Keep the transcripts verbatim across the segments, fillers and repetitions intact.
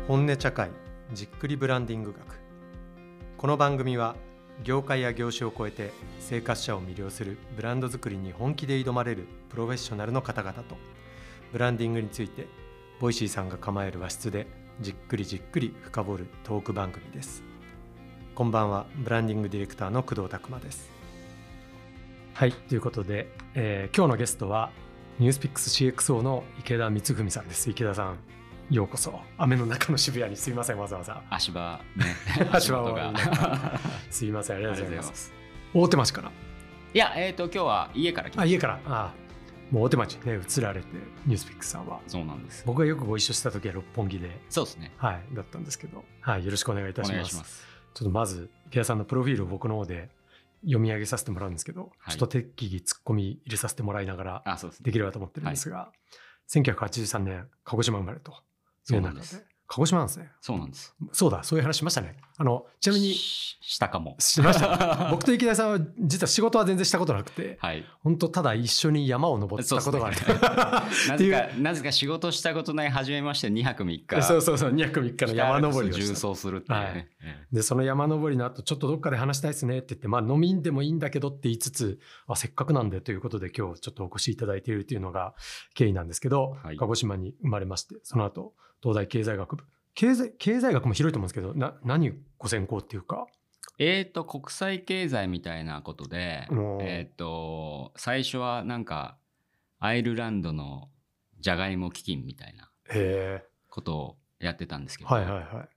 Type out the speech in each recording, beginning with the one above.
本音茶会じっくりブランディング学。この番組は業界や業種を超えて生活者を魅了するブランド作りに本気で挑まれるプロフェッショナルの方々と、ブランディングについてボイシーさんが構える和室でじっくりじっくり深掘るトーク番組です。こんばんは、ブランディングディレクターの工藤拓馬です。はい、ということで、えー、今日のゲストはニュースピックス シーエックスオー の池田光文さんです。池田さん、ようこそ。雨の中の渋谷にすいません、わざわざ足場ね足場がすいません、ありがとうございます。大手町から。 いや、えっ、ー、と今日は家から来ました。 あ、家から。あ、もう大手町ね移られて、ニュースピックスさんは。 そうなんです。 僕がよくご一緒した時は六本木で、 そうですね、 はい、だったんですけど、はい、よろしくお願いいたします。 お願いします。 ちょっとまず池田さんのプロフィールを僕の方で読み上げさせてもらうんですけど、はい、ちょっと適宜ツッコミ入れさせてもらいながらできればと思ってるんですが、はい、せんきゅうひゃくはちじゅうさんねん鹿児島生まれと。 そうなんです。 鹿児島なんですね。 そうなんです。 そうだ、そういう話しましたね。あのちなみにししたかもしました僕と池田さんは実は仕事は全然したことなくて、 はい、 本当ただ一緒に山を登ったことがある、ね、 なぜかなぜか仕事したことない初めましてにはくみっか、 そうそうそう、にはくみっかの山登りをした、縦走するっていうね、はい、 でその山登りの後ちょっとどっかで話したいですねって言って、まあ飲みんでもいいんだけどって言いつつ、あせっかくなんでということで今日ちょっとお越しいただいているというのが経緯なんですけど、はい、鹿児島に生まれまして、その後東大経済学部、経済、経済学も広いと思うんですけど、な何ご専攻っていうか。 えーと国際経済みたいなことで、えーと最初はなんかアイルランドのジャガイモ基金みたいなことをやってたんですけど、 はいはいはい、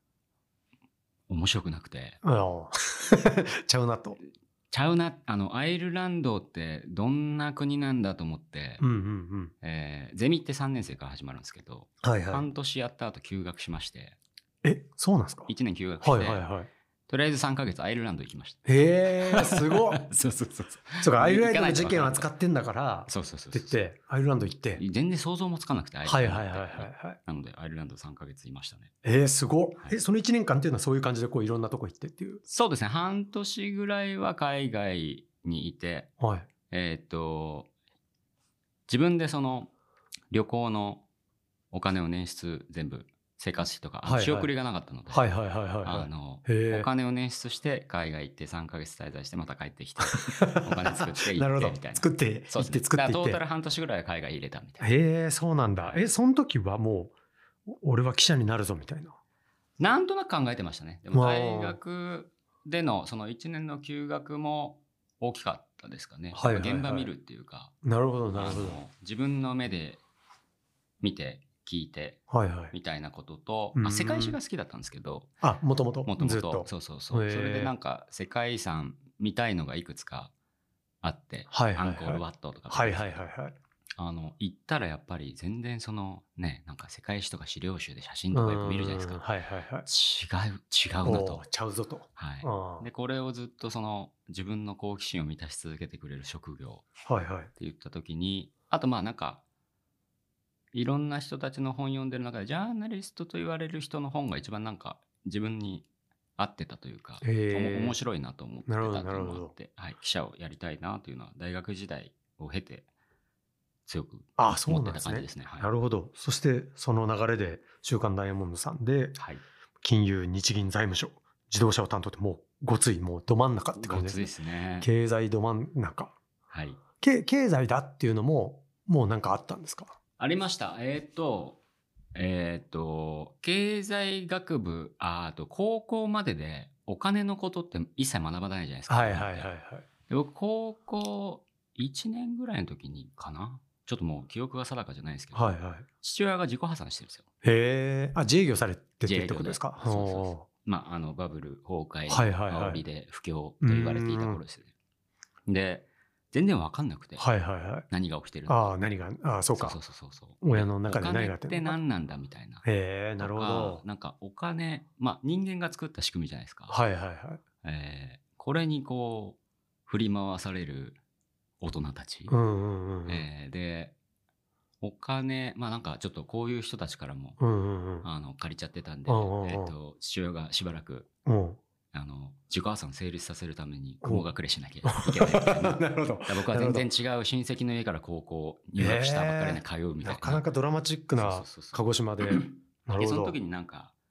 面白くなくてちゃうなとちゃうな、あのアイルランドってどんな国なんだと思って、うんうんうん、えー、ゼミってさんねん生から始まるんですけど、はいはい、半年やった後休学しまして。 え、そうなんですか。 いちねん休学して、はいはいはい、とりあえずさんかげつアイルランド行きました。 へえ、すごいそうそうそうそうか、アイルランドの事件を扱ってんだからそうそうそうって言ってアイルランド行って、 全然想像もつかなくて、アイルランドって、はいはいはいはい、なのでアイルランドさんかげついましたね。 えー、すごい、はい、えそのいちねんかんっていうのはそういう感じでこういろんなとこ行ってっていう。 そうですね、半年ぐらいは海外にいて、はい、えっと自分でその旅行のお金を捻出、全部生活費とか、はいはい、仕送りがなかったので、はいはいはいはい、あのお金を捻出して海外行ってさんかげつ滞在してまた帰ってきてお金作って行ってみたいな作って行って作って行って、 トータル半年ぐらいは海外入れたみたいな。へえ、そうなんだ。えその時はもう俺は記者になるぞみたいな、 なんとなく考えてましたね。でも大学でのそのいちねんの休学も大きかったですかね、はいはいはい、現場見るっていうか。 なるほどなるほど。 自分の目で見て聞いてみたいなことと、 はいはい、 あ世界史が好きだったんですけど、 あもともともともとそうそうそう、それでなんか世界遺産見たいのがいくつかあって、はいはいはい、アンコールワットとか、はいはいはいはい、あの行ったらやっぱり全然そのね、なんか世界史とか資料集で写真とかよく見るじゃないですか、はいはいはい、違う違うなと、 ちゃうぞと、 はい、でこれをずっとその自分の好奇心を満たし続けてくれる職業って言った時に、はいはい、あとまあなんかいろんな人たちの本読んでる中でジャーナリストと言われる人の本が一番なんか自分に合ってたというか、面白いなと思ってたというのもあって、はい、記者をやりたいなというのは大学時代を経て強く思ってた感じですね。 なるほど。そしてその流れで週刊ダイヤモンドさんで金融、日銀、財務省、自動車を担当って、もうごついもうど真ん中って感じですね。ですね、経済ど真ん中、はい、経済だっていうのももうなんかあったんですか。 ありました。えっと、えっと、経済学部、ああと高校まででお金のことって一切学ばないじゃないですか。はいはいはいはい。で僕、高校いちねんぐらいの時にかな。ちょっともう記憶が定かじゃないですけど、はいはい、父親が自己破産してるんですよ。 へえ、あ、自営業されててってことですか。 そうそうそう。まあ、あの、バブル崩壊、煽りで不況と言われていた頃ですよね。で、全然分かんなくて、はいはいはい、何が起きてるのか、 ああ何が、ああそうか、 そうそうそうそう、 親の中で何があってお金って何なんだみたいな。 へえ、なるほど。 なんかお金、まあ人間が作った仕組みじゃないですか。 はいはいはい。 えー、これにこう振り回される大人たち、 うんうんうん、 えー、でお金、まあなんかちょっとこういう人たちからも、うんうんうん、あの借りちゃってたんで、うんうんうん、えーと父親がしばらく、うん、あの自己破産成立させるために高学歴しなきゃいけないみたいな。なるほど。僕は全然違う親戚の家から高校入学したばっかりで通うみたいな。 なかなかドラマチックな鹿児島で。なるほど。 でその時になんか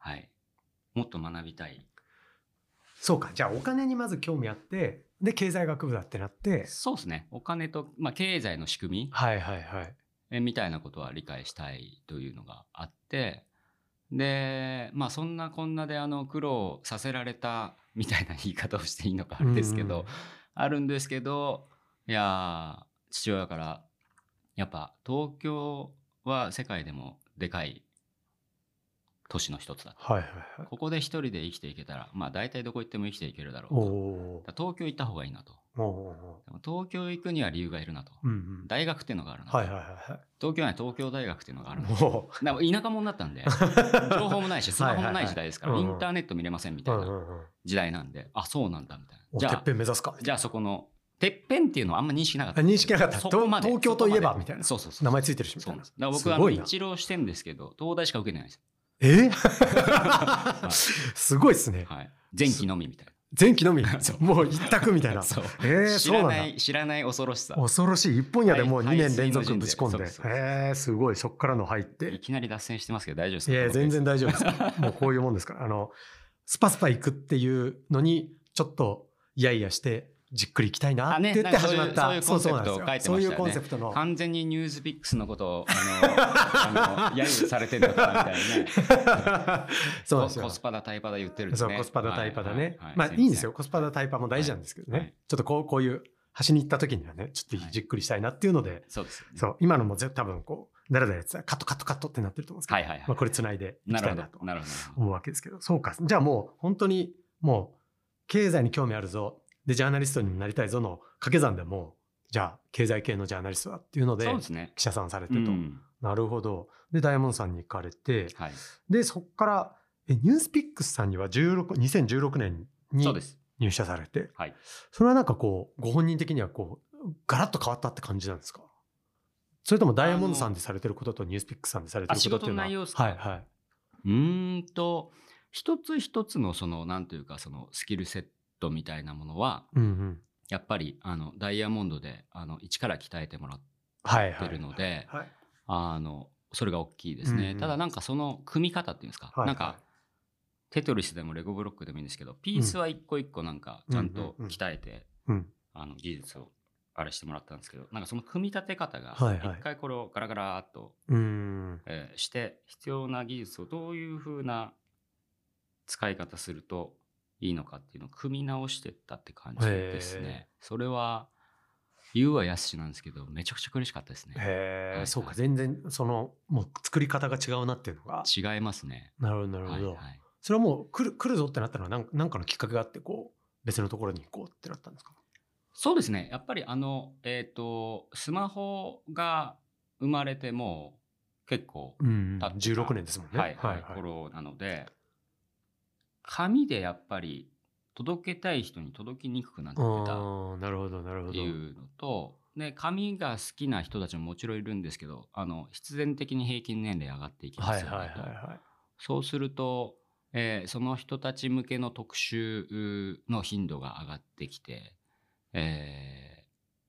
はい、もっと学びたい。 そうか、じゃあお金にまず興味あって、で経済学部だってなって。 そうですね、お金と、まあ、経済の仕組み、 はいはいはい、 えみたいなことは理解したいというのがあって、でまあそんなこんなであの苦労させられたみたいな言い方をしていいのかあれですけど、あるんですけど、いや父親からやっぱ東京は世界でもでかい都市の一つだ、 はいはいはい、 ここで一人で生きていけたらまあ大体どこ行っても生きていけるだろうと、東京行った方がいいなと、でも東京行くには理由がいるなと、うんうん、大学っていうのがあるなと、はいはいはい、東京には東京大学っていうのがあるなと、だから田舎者になったんで情報もないしスマホもない時代ですから、はいはいはい、インターネット見れませんみたいな時代なんで、うんうんうん、あそうなんだみたいな、じゃあてっぺん目指すか、 じゃあそこのてっぺんっていうのはあんま認識なかった。 認識なかった。東京といえばみたいな。 そうそうそう。 名前ついてるしみたいな。 だから僕はあの一浪してんですけど、東大しか受けてないです。 えはい、すごいですね。 はい。前期のみみたいな。 前期のみ。もう一択みたいな。 そう。 えー、 知らない知らない恐ろしさ。 恐ろしい。一本屋でもうにねん連続ぶち込んで。えー、すごい。そっからの入って。 いきなり脱線してますけど大丈夫ですか？ いや全然大丈夫です。もうこういうもんですから。あのスパスパ行くっていうのにちょっとイヤイヤして。じっくり行きたいなって言って始まった、 ね、そういうコンセプトを書いてましたよね。そういうコンセプトの完全にニュースピックスのことをあのあの揶揄されてるのかみたいなね。そうですよ。コスパだタイパだ言ってるんですね。 そうコスパだタイパだね。はいはいはい、まあいいんですよ。コスパだタイパも大事なんですけどね。はい、ちょっとこうこういう端に行った時にはねちょっとじっくりしたいなっていうので、はい、そうですよね。そう今のも多分こうだらだらやつはカットカットカットってなってると思うんですけど、はいはいはい、まあ、これつないでいきたいなと思うわけですけど、そうかじゃあもう本当にもう経済に興味あるぞ。でジャーナリストになりたいぞの掛け算でもじゃあ経済系のジャーナリストだっていうので記者さんされてと、うん、なるほど。でダイヤモンドさんに行かれて、はい、でそこからえニュースピックスさんにはじゅうろくにせんじゅうろくねんに入社されて、はい、それはなんかこうご本人的にはこうガラッと変わったって感じなんですか？それともダイヤモンドさんでされてることとニュースピックスさんでされてることっていうのは、 仕事の内容ですか？はいはい、うーんと一つ一つのそのなんというかそのスキルセットみたいなものは、うんうん、やっぱりあのダイヤモンドであの一から鍛えてもらってるので、あのそれが大きいですね、うんうん、ただなんかその組み方っていうんですか、はいはい、なんかテトリスでもレゴブロックでもいいんですけどピースは一個一個なんかちゃんと鍛えて、うんうんうん、あの技術をあれしてもらったんですけど、なんかその組み立て方が一回これをガラガラっと、はいはいえー、して必要な技術をどういう風な使い方するといいのかっていうのを組み直してったって感じですね。それは言うはやすしなんですけどめちゃくちゃ苦しかったですね。 へえ、はいはい、そうか全然そのもう作り方が違うなっていうのが違いますね。 なるほどなるほど、はいはい、それはもう来る来るぞってなったのは何何かのきっかけがあってこう別のところに行こうってなったんですか？ そうですね、やっぱりあのえっとスマホが生まれてもう結構経ってた、うん、 じゅうろくねんですもんね、 はいはいはい、頃なので紙でやっぱり届けたい人に届きにくくなってたっていうのと、で紙が好きな人たちももちろんいるんですけど、あの必然的に平均年齢上がっていきますよね、はいはいはいはい、そうすると、えー、その人たち向けの特集の頻度が上がってきて、え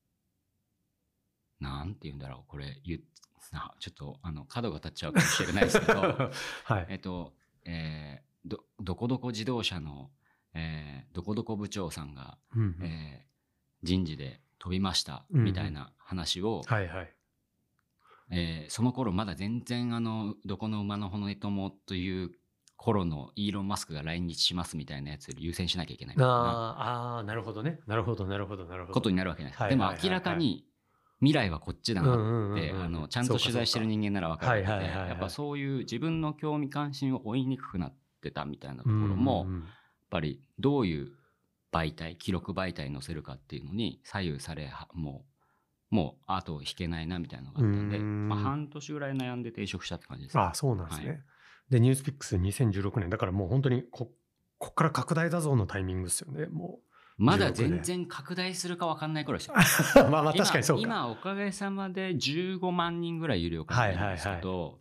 ー、なんて言うんだろうこれ言っなちょっとあの角が立っちゃうかもしれないですけど、はい、えっと、えーど, どこどこ自動車の、えー、どこどこ部長さんが、うんうんえー、人事で飛びましたみたいな話を、うんうんはいはいえー、その頃まだ全然あのどこの馬の骨ともという頃のイーロン・マスクが来日しますみたいなやつより優先しなきゃいけないみたいなああなるほどねなるほどなるほどなるほどことになるわけないですか、はいはいはいはい、でも明らかに未来はこっちだなってちゃんと取材してる人間なら分かるのでやっぱそういう自分の興味関心を追いにくくなってたみたいなところもやっぱりどういう媒体記録媒体に載せるかっていうのに左右されもうもう後を引けないなみたいなのがあったんで、まあ、半年ぐらい悩んで転職したって感じですね。 ああそうなんですね、はい、でニュースピックスにせんじゅうろくねんだからもう本当に こ, こっから拡大だぞのタイミングですよね。もうまだ全然拡大するか分かんない頃ですよまあまあ確かにそうか。 今おかげさまでじゅうごまんにんぐらい有料会員なんですけど、はいはいはい、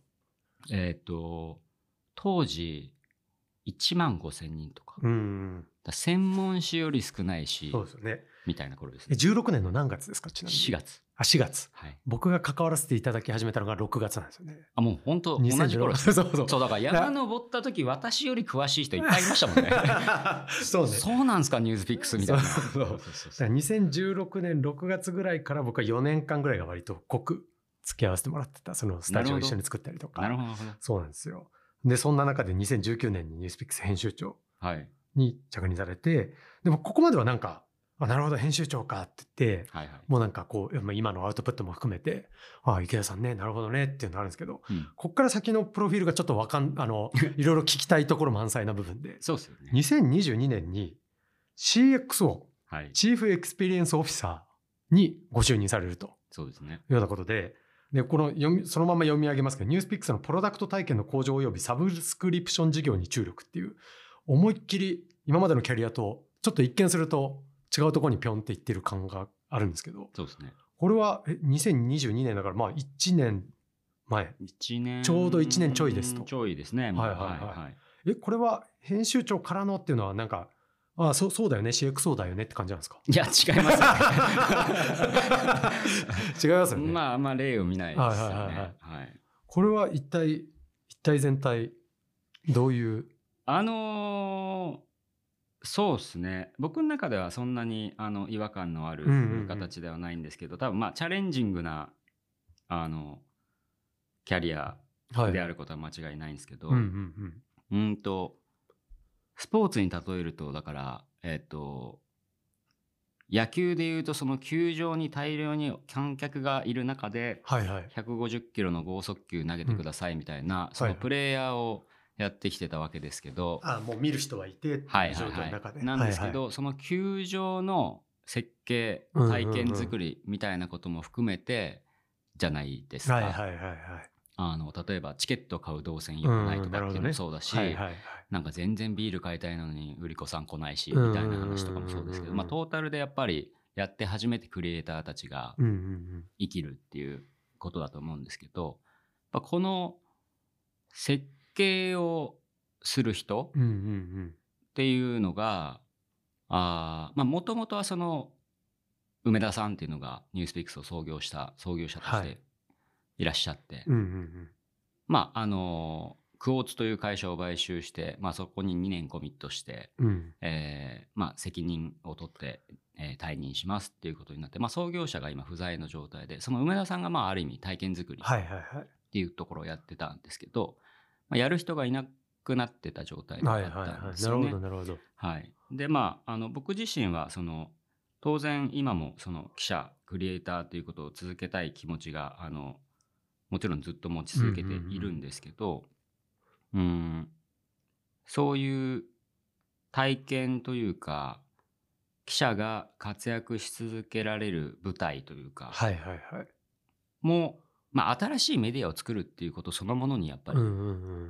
えっ、ー、と当時いちまんごせんにんとか、うん、だ専門誌より少ないしそうですよ、ね、みたいな頃ですね。 じゅうろくねんの何月ですかちなみに？ しがつあしがつ、 はい、 僕が関わらせていただき始めたのがろくがつなんですよね。 あ、もう本当同じ頃です。 そうそうそう、だから山登った時私より詳しい人いっぱいいましたもんね。 そうね。 そうなんですか、ニュースピックスみたいな。 そうそうそうそう。にせんじゅうろくねんろくがつぐらいから僕はよねんかんぐらいが割と濃く付き合わせてもらってた。そのスタジオを一緒に作ったりとか。 なるほど。 そうなんですよ。でそんな中でにせんじゅうきゅうねんにニュースピックス編集長に着任されて、はい、でもここまではなんか、あ、なるほど編集長かって言って、はいはい、もうなんかこう今のアウトプットも含めて、ああ池田さんね、なるほどねっていうのがあるんですけど、うん、こっから先のプロフィールがちょっとわかんあのいろいろ聞きたいところ満載な部分で、 そうですよね。 にせんにじゅうにねんに シーエックスオー、はい、チーフエクスペリエンスオフィサーにご就任されると、 そうですね、 いうようなことで、でこの読みそのまま読み上げますけど、ニュースピックスのプロダクト体験の向上及びサブスクリプション事業に注力っていう、思いっきり今までのキャリアとちょっと一見すると違うところにピョンっていってる感があるんですけど、 そうですね、これはえにせんにじゅうにねんだからまあいちねんまえ、 いちねんちょうどいちねんちょいですと。 ちょいですね。はいはいはい、はい、 えこれは編集長からのっていうのはなんか、ああ そ, そうだよね シーエックスオー だよねって感じなんですか？ いや違いますよね。違いますよね。 まあまあ例を見ないですよね。はいはいはいはい、 これは一体一体全体どういう？ あのーそうですね、僕の中ではそんなにあの違和感のある形ではないんですけど、うんうんうん、多分まあチャレンジングなあのキャリアであることは間違いないんですけど、はい、うんうんうん、うんとスポーツに例えると、だからえっと野球でいうとその球場に大量に観客がいる中でひゃくごじゅっキロの剛速球投げてくださいみたいな、そのプレイヤーをやってきてたわけですけど、 あもう見る人はいてっていう状況の中で、 はいはいはい、なんですけど、はいはい、その球場の設計体験作りみたいなことも含めてじゃないですか。はいはいはいはい、あの例えばチケット買う動線良くないとかっていうのもそうだし、うんねはいはいはい、なんか全然ビール買いたいのに売り子さん来ないしみたいな話とかもそうですけど、まあ、トータルでやっぱりやって初めてクリエイターたちが生きるっていうことだと思うんですけど、やっぱこの設計をする人っていうのが、もともとはその梅田さんっていうのがニュースピックスを創業した創業者としていらっしゃって、はいうんうんうん、まああのクォーツという会社を買収して、まあ、そこににねんコミットして、うんえーまあ、責任を取って、えー、退任しますっていうことになって、まあ、創業者が今不在の状態で、その梅田さんがまあある意味体験作りっていうところをやってたんですけど、はいはいはいまあ、やる人がいなくなってた状態だったんですよね。なるほどなるほど。はい。でまああの僕自身はその当然今もその記者クリエイターということを続けたい気持ちがあのもちろんずっと持ち続けているんですけど、うんうんうん、うんそういう体験というか記者が活躍し続けられる舞台というか、はいはいはい、もうまあ、新しいメディアを作るっていうことそのものにやっぱり、うんうんうん、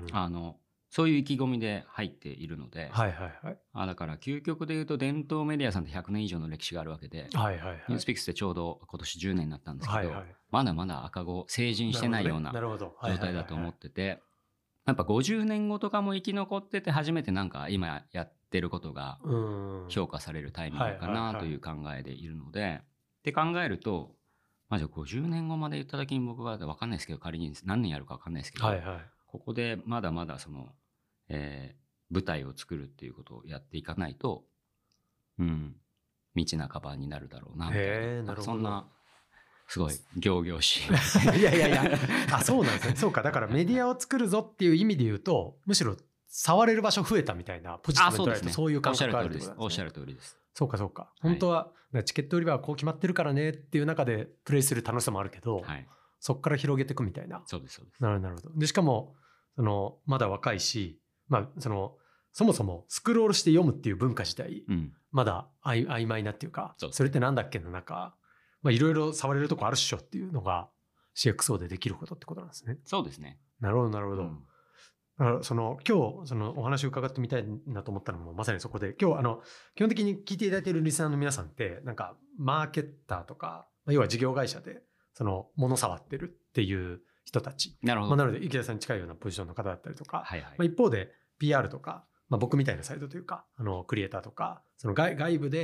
あのそういう意気込みで入っているので、はいはいはい、あだから究極でいうと伝統メディアさんってひゃくねん以上の歴史があるわけで、はいはいはい、ニュースピックスってちょうど今年じゅうねんになったんですけど、はいはい、まだまだ赤子成人してないような状態だと思ってて、やっぱごじゅうねんごとかも生き残ってて初めてなんか今やってることが評価されるタイミングかなという考えでいるので、って考えるとまあ、じゃあごじゅうねんごまで言った時に僕は分かんないですけど、仮に何年やるか分かんないですけど、はいはい、ここでまだまだその、えー、舞台を作るっていうことをやっていかないと、うん、道半ばになるだろうなみたいな、へー、なるほど。そんなすごい仰々しいいやいやいやあそうなんですね。そうか、だからメディアを作るぞっていう意味で言うとむしろ触れる場所増えたみたいなポジティブに捉えるとそういう感覚があるってことなんですね。おっしゃる通りです。そうかそうか、本当はチケット売り場はこう決まってるからねっていう中でプレイする楽しさもあるけど、はい、そこから広げていくみたいな。そうですそうです。なるほど。でしかもそのまだ若いし、まあ、そのそもそもスクロールして読むっていう文化自体、うん、まだあい曖昧なっていうか、そ, それってなんだっけの中いろいろ触れるとこあるっしょっていうのが シーエックスオー でできることってことなんですね。 そうですね。 なるほどなるほど、うんだからその今日そのお話を伺ってみたいなと思ったのもまさにそこで、今日あの基本的に聞いていただいているリスナーの皆さんってなんかマーケッターとか要は事業会社でその物触ってるっていう人たち、なるほど、まあ、なので池田さんに近いようなポジションの方だったりとか、はいはい、まあ、一方で ピーアール とか、まあ、僕みたいなサイトというかあのクリエイターとかその 外, 外部で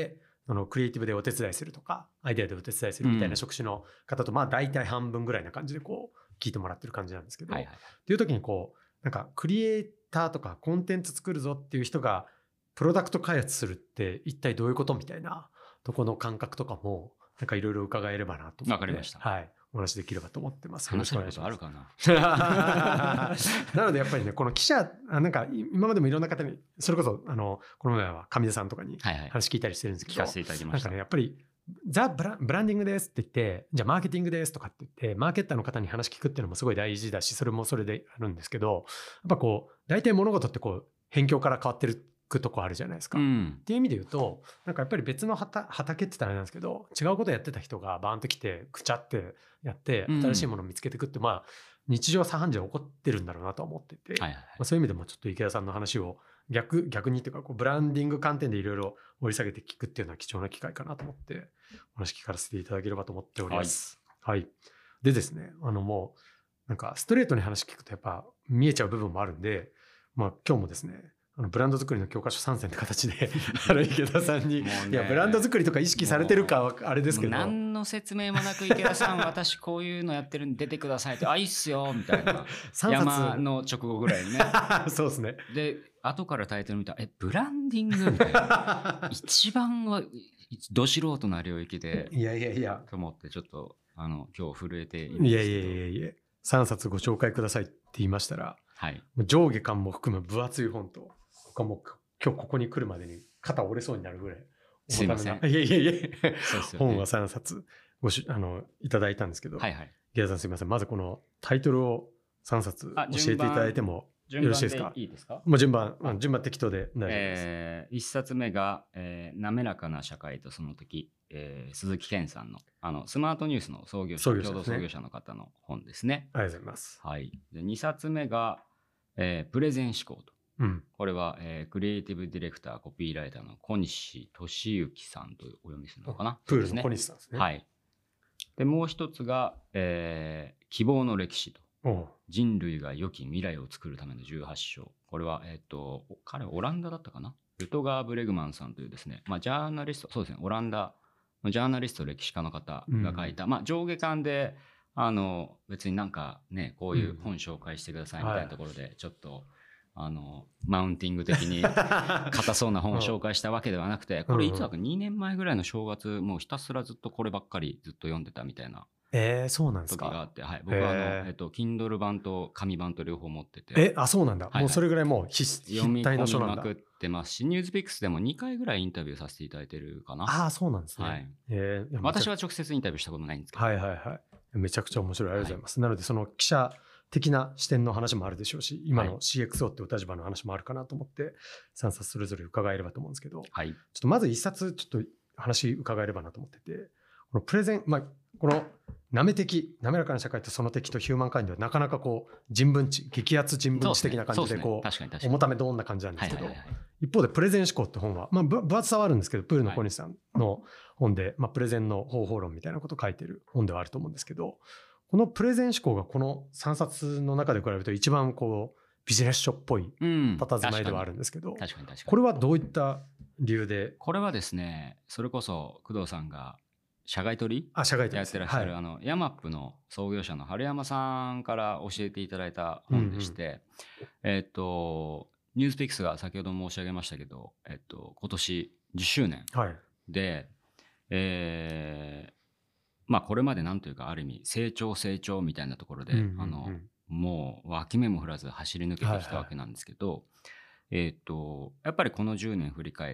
そのクリエイティブでお手伝いするとかアイデアでお手伝いするみたいな職種の方と、まあ大体半分ぐらいな感じでこう聞いてもらってる感じなんですけど、はいはい、っていう時にこうなんかクリエイターとかコンテンツ作るぞっていう人がプロダクト開発するって一体どういうことみたいなとこの感覚とかもなんかいろいろ伺えればなと思って。 わかりました。 はい。お話できればと思ってます。 話せることあるかななのでやっぱりね、この記者、なんか今までもいろんな方に、それこそ、あの、この前は上出さんとかに話聞いたりしてるんですけど、 はいはい、聞かせていただきました。 なんかね、やっぱり、ザ・ブラ、ブランディングですって言って、じゃあマーケティングですとかって言って、マーケッターの方に話聞くっていうのもすごい大事だし、それもそれであるんですけど、やっぱこう、大体物事ってこう、辺境から変わってるとこあるじゃないですか、うん、っていう意味で言うとなんかやっぱり別の畑って言ったらあれなんですけど違うことやってた人がバーンと来てくちゃってやって新しいものを見つけていくって、うん、まあ日常茶飯事で起こってるんだろうなと思ってて、はいはいはい、まあ、そういう意味でもちょっと池田さんの話を逆逆にっていうかこうブランディング観点でいろいろ掘り下げて聞くっていうのは貴重な機会かなと思ってお話聞かせていただければと思っております、はい、はい、でですねあのもうなんかストレートに話聞くとやっぱ見えちゃう部分もあるんで、まあ、今日もですねあのブランド作りの教科書参戦って形であの池田さんにいやブランド作りとか意識されてるかはあれですけど何の説明もなく池田さん私こういうのやってるんで出てくださいってあいいっすよみたいな山の直後ぐらいにねそうですねで後からタイトル見たらえブランディングみたいな一番はど素人な領域でいやいやいやと思ってちょっとあの今日震えているんですけどいやいやいやいやさんさつご紹介くださいって言いましたら、はい、上下巻も含む分厚い本と僕はもう今日ここに来るまでに肩折れそうになるぐらいすいませんいやいやいや、ね、本はさんさつごしあのいただいたんですけど、はいはい、池田さんすいませんまずこのタイトルをさんさつ教えていただいてもよろしいですか？ いいですか？ もう順番順番適当で大丈夫です。 えー、いっさつめが、えー、滑らかな社会とその時、えー、鈴木健さんのあのスマートニュースの創業者、共同創業者の方の本ですね。 ありがとうございます。 はい。でにさつめが、えー、プレゼン思考と。うん、これは、えー、クリエイティブディレクターコピーライターの小西俊之さんとお読みするのかな。 プールの小西さんですね。 はい。でもう一つが、えー、希望の歴史と。人類が良き未来を作るためのじゅうはちしょう。これは、えっと、彼はオランダだったかな。ルトガー・ブレグマンさんというですね、まあ、ジャーナリスト、そうですね、オランダのジャーナリスト、歴史家の方が書いた、うん、まあ、上下巻で、あの、別になんかね、こういう本紹介してくださいみたいなところで、ちょっと、うんはい、あの、マウンティング的に硬そうな本を紹介したわけではなくて、これいつだかにねんまえぐらいの正月、もうひたすらずっとこればっかりずっと読んでたみたいな。 えー、そうなんですか。 時があって、はい、僕はあの、えっと、Kindle 版と紙版と両方持ってて。 え、あ、そうなんだ。はいはい、もうそれぐらいもう必体の書なんだ。 読み込みまくってますし、ニュースピックスでもにかいぐらいインタビューさせていただいてるかな。 ああ、そうなんですね。はい、 えー、私は直接インタビューしたことないんですけど。 はいはいはい。めちゃくちゃ面白い。ありがとうございます。はい、なので、その記者的な視点の話もあるでしょうし、今の シーエックスオー ってお立場の話もあるかなと思って、さんさつそれぞれ伺えればと思うんですけど、はい、ちょっとまずいっさつちょっと話伺えればなと思ってて、このプレゼン、まあ、このなめ的滑らかな社会とその敵とヒューマンカインドはなかなかこう人文知激アツ人文知的な感じでこう重ためどんな感じなんですけど、一方でプレゼン思考って本はまあ分厚さはあるんですけど、プールの小西さんの本でまあプレゼンの方法論みたいなことを書いてる本ではあると思うんですけど、このプレゼン思考がこのさんさつの中で比べると一番こうビジネス書っぽい佇まいではあるんですけど、これはどういった理由で？ これはですね、それこそ工藤さんが社外取りあ社外取りやってらっしゃる、はい、あのヤマップの創業者の春山さんから教えていただいた本でして、うんうん、えっとニュースピックスが先ほど申し上げましたけど、えっと今年じゅっしゅうねんで、はい、えー、まあこれまでなんというかある意味成長成長みたいなところで、うんうんうん、あのもう脇目も振らず走り抜けてきたわけなんですけど、はいはい、えっとやっぱりこのじゅうねん振り返って、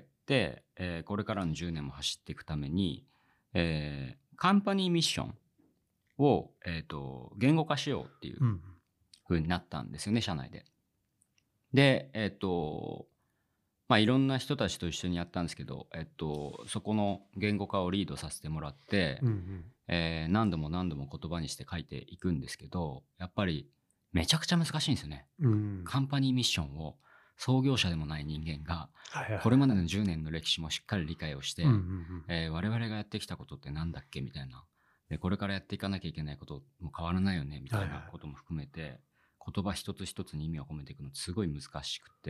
えー、これからのじゅうねんも走っていくためにえー、カンパニーミッションを、えーと、言語化しようっていう風になったんですよね、社内で。で、えっと、まあいろんな人たちと一緒にやったんですけど、えっと、そこの言語化をリードさせてもらって、うんうんえー、何度も何度も言葉にして書いていくんですけど、やっぱりめちゃくちゃ難しいんですよね。うん、カンパニーミッションを創業者でもない人間がこれまでのじゅうねんの歴史もしっかり理解をして、えー、我々がやってきたことってなんだっけみたいな、でこれからやっていかなきゃいけないことも変わらないよねみたいなことも含めて、言葉一つ一つに意味を込めていくのすごい難しくて、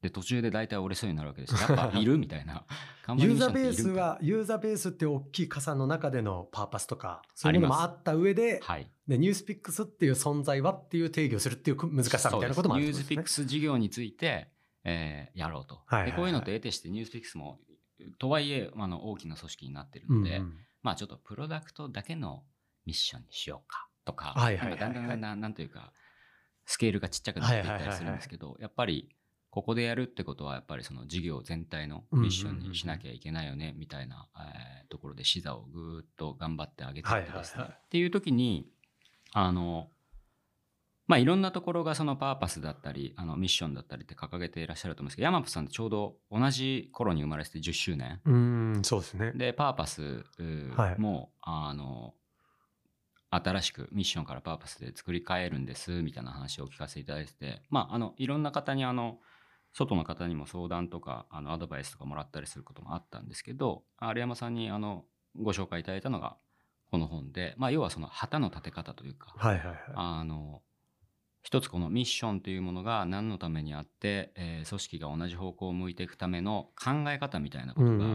で途中で大体折れそうになるわけですよ。やっぱいるみたいな。 ユーザーベースはユーザーベースって大きい傘の中でのパーパスとかそういうものもあった上で、 はい、 でニュースピックスっていう存在はっていう定義をするっていう難しさみたいなこともあるんですね。 ニュースピックス事業について、えー、やろうと、はいはいはい、でこういうのって得てしてニュースピックスもとはいえあの大きな組織になってるので、うんうん、まあちょっとプロダクトだけのミッションにしようかとか、はいはいはいはい、だんだんだんだんなんというかスケールがちっちゃくなっていったりするんですけど、はいはいはいはい、やっぱりここでやるってことはやっぱりその事業全体のミッションにしなきゃいけないよねみたいな、えー、ところで視座をぐーっと頑張ってあげてってですね、はいはいはい、っていう時にあのまあいろんなところがそのパーパスだったりあのミッションだったりって掲げていらっしゃると思うんですけど、ヤマポさんってちょうど同じ頃に生まれてじゅっしゅうねん、 うーんそうですね。 でパーパスも、はい、あの新しくミッションからパーパスで作り変えるんですみたいな話を聞かせていただいてて、まああのいろんな方にあの外の方にも相談とかあのアドバイスとかもらったりすることもあったんですけど、有山さんにあのご紹介いただいたのがこの本で、まあ、要はその旗の立て方というか、 はいはいはい、 あの一つこのミッションというものが何のためにあって、えー、組織が同じ方向を向いていくための考え方みたいなことが、うんうんうんうん、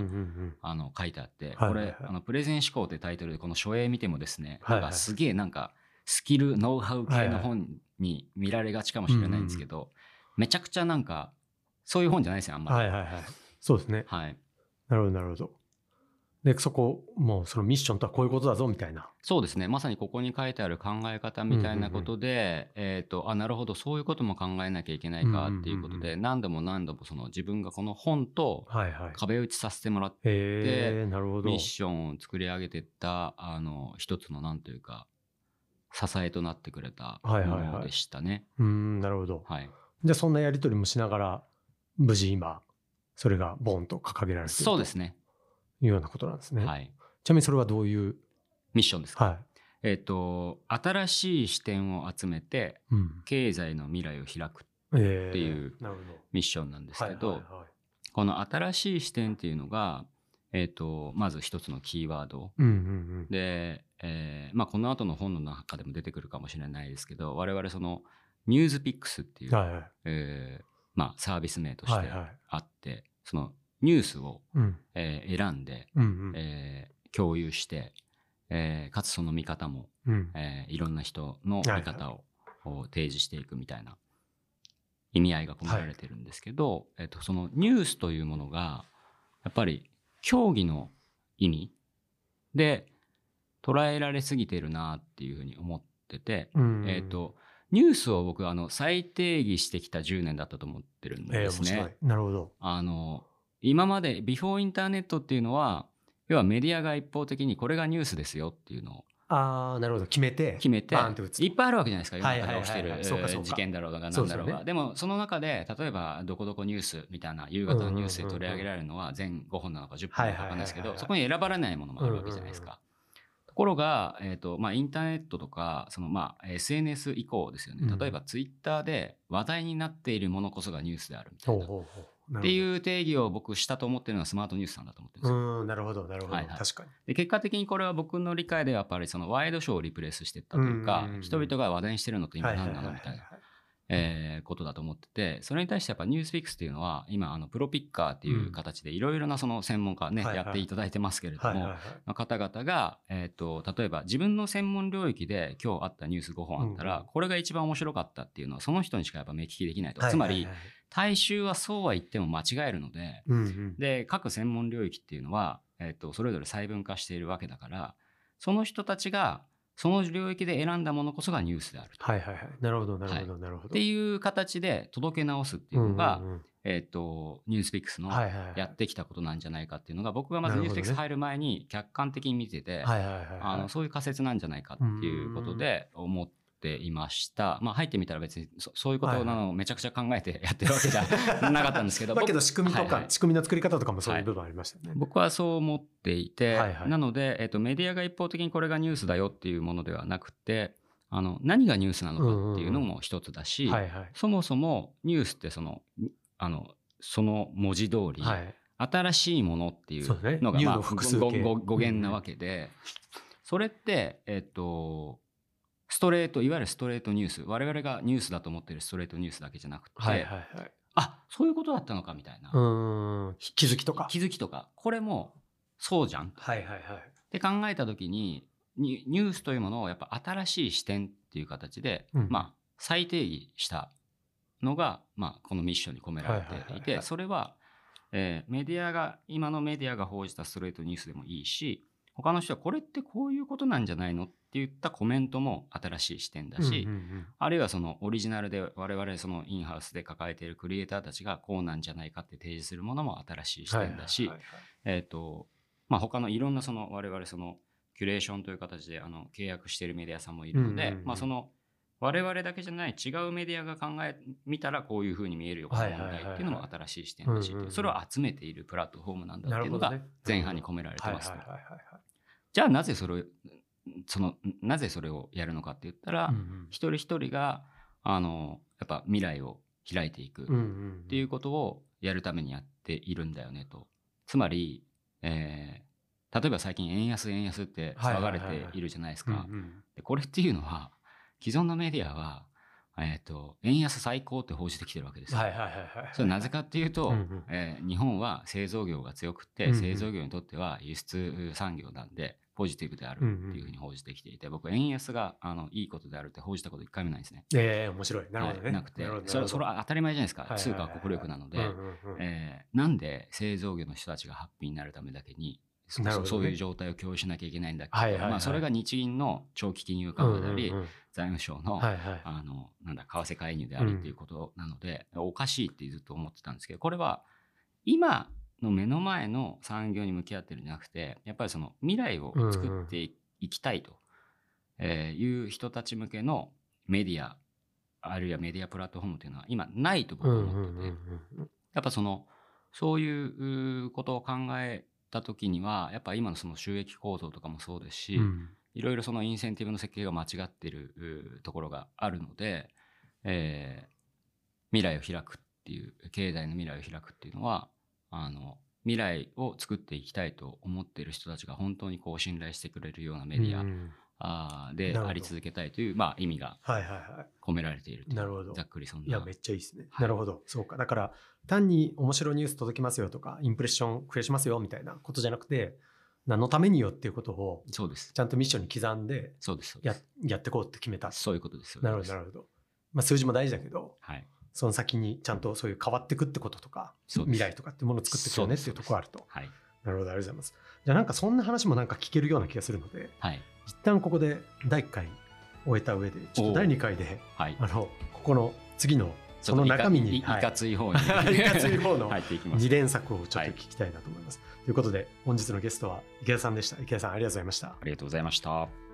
あの書いてあって、はいはいはい、これあのプレゼン思考ってタイトルでこの書影見てもですね、はいはい、なんかすげえなんかスキルノウハウ系の本に見られがちかもしれないんですけど、はいはい、めちゃくちゃなんかそういう本じゃないですよあんまり。 はいはいはい。そうですね。はい。なるほどなるほど。でそこもうそのミッションとはこういうことだぞみたいな。 そうですね。まさにここに書いてある考え方みたいなことで、うんうんうん、えっとあなるほどそういうことも考えなきゃいけないかっていうことで、うんうんうん、何度も何度もその自分がこの本と壁打ちさせてもらって、はいはい、なるほどミッションを作り上げていったあの一つのなんというか支えとなってくれたものでしたね。はいはいはい、 うんなるほど。はい。じゃあそんなやり取りもしながら無事今それがボンと掲げられているそうですねいうようなことなんですね。 はい。 ちなみにそれはどういうミッションですか。 はい。 えっと新しい視点を集めて、うん、経済の未来を開くっていうミッションなんですけど、この新しい視点っていうのが、えっとまず一つのキーワード、うんうんうん、で、えーまあ、この後の本の中でも出てくるかもしれないですけど、我々そのニュースピックスっていう、はいはい、えーまあ、サービス名としてあって、はいはい、そのニュースを、うんえー、選んで、うんうんえー、共有して、えー、かつその見方も、うんえー、いろんな人の見方を、はいはい、提示していくみたいな意味合いが込められてるんですけど、はいえー、とそのニュースというものがやっぱり競技の意味で捉えられすぎてるなっていうふうに思ってて、うんえー、とニュースを僕あの再定義してきたじゅうねんだったと思ってるんですね。 えー、面白い。なるほど。 あの今までビフォーインターネットっていうのは要はメディアが一方的にこれがニュースですよっていうのをああなるほど決めて決めていっぱいあるわけじゃないですか世の中で起きてる事件だろうが何だろうが。でもその中で例えばどこどこニュースみたいな夕方のニュースで取り上げられるのは全ごほんなのかじゅっぷんなのか分かんないですけど、そこに選ばれないものもあるわけじゃないですか。ところが、えーとまあ、インターネットとかその、まあ、エスエヌエス 以降ですよね。例えばツイッターで話題になっているものこそがニュースであるみたいな、うんっていう定義を僕したと思ってるのはスマートニュースさんだと思ってるんですよ。 うんなるほどなるほど、はいはい、確かに。 で結果的にこれは僕の理解ではやっぱりそのワイドショーをリプレイスしていったというか、うんうんうん、人々が話題にしてるのと今何なのみたいなえー、ことだと思ってて、それに対してやっぱニュースピックスっていうのは今あのプロピッカーっていう形でいろいろなその専門家ね、うん、やっていただいてますけれども、はいはいはい、方々が、えー、と例えば自分の専門領域で今日あったニュースごほんあったら、うん、これが一番面白かったっていうのはその人にしかやっぱ目利きできないと、はいはいはい、つまり大衆はそうは言っても間違えるので、うんうん、で各専門領域っていうのは、えー、とそれぞれ細分化しているわけだから、その人たちがその領域で選んだものこそがニュースであると。 はいはいはい。なるほどなるほどなるほど。 っていう形で届け直すっていうのが、うんうんうん、えっとニュースピックスのやってきたことなんじゃないかっていうのが、僕がまずニュースピックス入る前に客観的に見てて、はいはいはいはい、あのそういう仮説なんじゃないかっていうことで思っていました。まあ入ってみたら別に そ, そういうことなのをめちゃくちゃ考えてやってるわけじゃなかったんですけど、 だけど仕組みとか、はいはい、仕組みの作り方とかもそういう部分ありましたよね。はい、 僕はそう思っていて、はいはい、なので、えっと、メディアが一方的にこれがニュースだよっていうものではなくて、あの何がニュースなのかっていうのも一つだし、うんうんうんはいはい、そもそもニュースってそのあのその文字通り、はい、新しいものっていうのが、まあ、語, 語源なわけで、うんうん、それって、えっとストレートいわゆるストレートニュース、我々がニュースだと思っているストレートニュースだけじゃなくて、はいはいはい、 あ、そういうことだったのかみたいな、 うん気づきとか気づきとか、これもそうじゃん、 はいはいはい、 って考えた時にニュースというものをやっぱ新しい視点っていう形で、うん、まあ再定義したのが、まあ、このミッションに込められていて、それは、えー、メディアが今のメディアが報じたストレートニュースでもいいし、他の人はこれってこういうことなんじゃないのって言ったコメントも新しい視点だし、うんうんうん、あるいはそのオリジナルで我々そのインハウスで抱えているクリエイターたちがこうなんじゃないかって提示するものも新しい視点だし、えっとまあ他のいろんなその我々そのキュレーションという形であの契約しているメディアさんもいるので、うんうんうん、まあその我々だけじゃない違うメディアが考えみたらこういうふうに見えるよこの問題っていうのも新しい視点だし、それを集めているプラットフォームなんだっていうのが前半に込められてますと。じゃあなぜそれをそのなぜそれをやるのかって言ったら、うんうん、一人一人があのやっぱ未来を開いていくっていうことをやるためにやっているんだよねと。つまり、えー、例えば最近円安円安って騒がれているじゃないですか。これっていうのは既存のメディアは、えーと、円安最高って報じてきてるわけですよ。それなぜかっていうと、うんうんえー、日本は製造業が強くて、うんうん、製造業にとっては輸出産業なんでポジティブであるっていうふうに報じてきていて、僕円安があのいいことであるって報じたこと一回もないんですね。 えー、面白い。なるほどね。 なくて、それ、それは当たり前じゃないですか。はいはいはいはい、通貨は国力なので、うんうんうんえー、なんで製造業の人たちがハッピーになるためだけにそ, ね、そういう状態を共有しなきゃいけないんだけど、はいはいはいまあ、それが日銀の長期金融緩和であり、うんうんうん、財務省の、はいはい、あのなんだ為替介入でありっていうことなので、うん、おかしいってずっと思ってたんですけど、これは今の目の前の産業に向き合ってるんじゃなくて、やっぱりその未来を作っていきたいという人たち向けのメディアあるいはメディアプラットフォームというのは今ないと僕は思ってて、うんうんうんうん、やっぱそのそういうことを考えた時にはやっぱ今のその収益構造とかもそうですし、うん、いろいろそのインセンティブの設計が間違っているところがあるので、えー、未来を開くっていう経済の未来を開くっていうのはあの未来を作っていきたいと思っている人たちが本当にこう信頼してくれるようなメディア、うん、あであり続けたいという、まあ、意味が込められているという、はいはいはい、ざっくりそんな。 いやめっちゃいいですね、はい、なるほど。そうか、だから単に面白いニュース届きますよとかインプレッション増やしますよみたいなことじゃなくて、何のためによっていうことをそうですちゃんとミッションに刻んで や, やっていこうって決めた。 そういうことですよ。 なるほどなるほど、まあ、数字も大事だけど、はい、その先にちゃんとそういう変わっていくってこととか未来とかっていうものを作っていくよねっていうところがあると。はい、なるほど、ありがとうございます。じゃあなんかそんな話もなんか聞けるような気がするので、はい、一旦ここでだいいっかい終えた上でちょっとだいにかいで、はい、あのここの次のその中身にいかつい方にいかつい方のに連作をちょっと聞きたいなと思います、はい、ということで本日のゲストは池田さんでした。池田さんありがとうございました。 ありがとうございました。